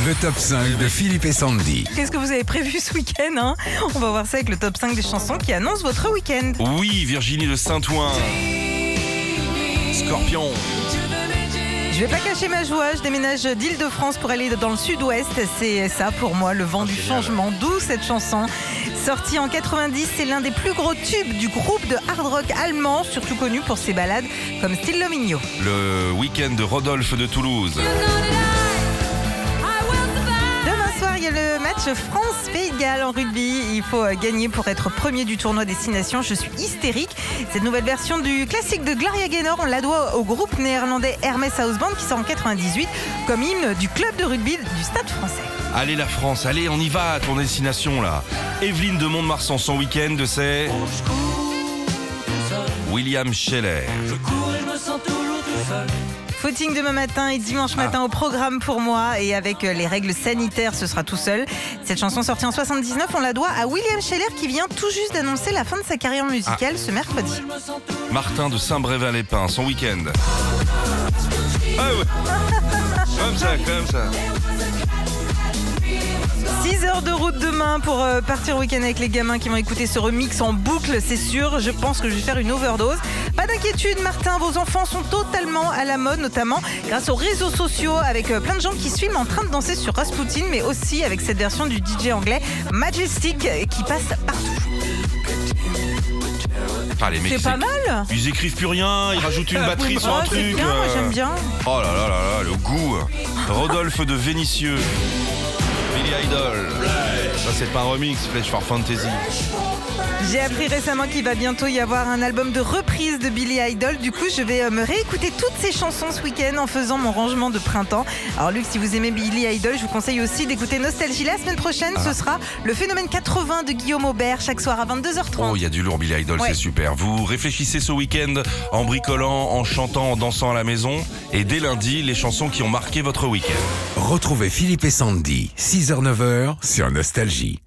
Le top 5 de Philippe et Sandy. Qu'est-ce que vous avez prévu ce week-end hein? On va voir ça avec le top 5 des chansons qui annoncent votre week-end. Oui, Virginie de Saint-Ouen. Scorpion. Je vais pas cacher ma joie, je déménage d'Île-de-France pour aller dans le sud-ouest. C'est ça pour moi, le vent du changement. D'où cette chanson. Sortie en 90, c'est l'un des plus gros tubes du groupe de hard rock allemand, surtout connu pour ses ballades comme Still Loving You. Le week-end de Rodolphe de Toulouse. Demain soir, il y a le match France-Pays de Galles en rugby. Il faut gagner pour être premier du tournoi Destination. Je suis hystérique. Cette nouvelle version du classique de Gloria Gaynor, on la doit au groupe néerlandais Hermès House Band qui sort en 98 comme hymne du club de rugby du Stade français. Allez la France, allez on y va à ton destination là. Evelyne de Mont-de-Marsan, son week-end c'est William Scheller. Footing demain matin et dimanche matin au programme pour moi et avec les règles sanitaires ce sera tout seul. Cette chanson sortie en 79 on la doit à William Scheller qui vient tout juste d'annoncer la fin de sa carrière musicale ce mercredi. Martin de Saint-Brévin-les-Pins, son week-end. Ah ouais. Comme ça. 6 heures de route demain pour partir au week-end avec les gamins qui vont écouter ce remix en boucle, c'est sûr. Je pense que je vais faire une overdose. Pas d'inquiétude, Martin, vos enfants sont totalement à la mode, notamment grâce aux réseaux sociaux, avec plein de gens qui se filment en train de danser sur Rasputin, mais aussi avec cette version du DJ anglais Majestic qui passe partout. Ah, les mecs, C'est pas mal. Ils écrivent plus rien, ils rajoutent une batterie sur un C'est truc. bien, moi j'aime bien. Oh là là là là, le goût. Rodolphe de Vénissieux. Billy Idol. Ça c'est pas un remix, Flèche for Fantasy. J'ai appris récemment qu'il va bientôt y avoir un album de reprise de Billy Idol. Du coup, je vais me réécouter toutes ces chansons ce week-end en faisant mon rangement de printemps. Alors Luc, si vous aimez Billy Idol, je vous conseille aussi d'écouter Nostalgie. La semaine prochaine, ce sera le phénomène 80 de Guillaume Aubert, chaque soir à 22h30. Oh, il y a du lourd Billy Idol, Ouais. c'est super. Vous réfléchissez ce week-end en bricolant, en chantant, en dansant à la maison. Et dès lundi, les chansons qui ont marqué votre week-end. Retrouvez Philippe et Sandy, 6h-9h sur Nostalgie.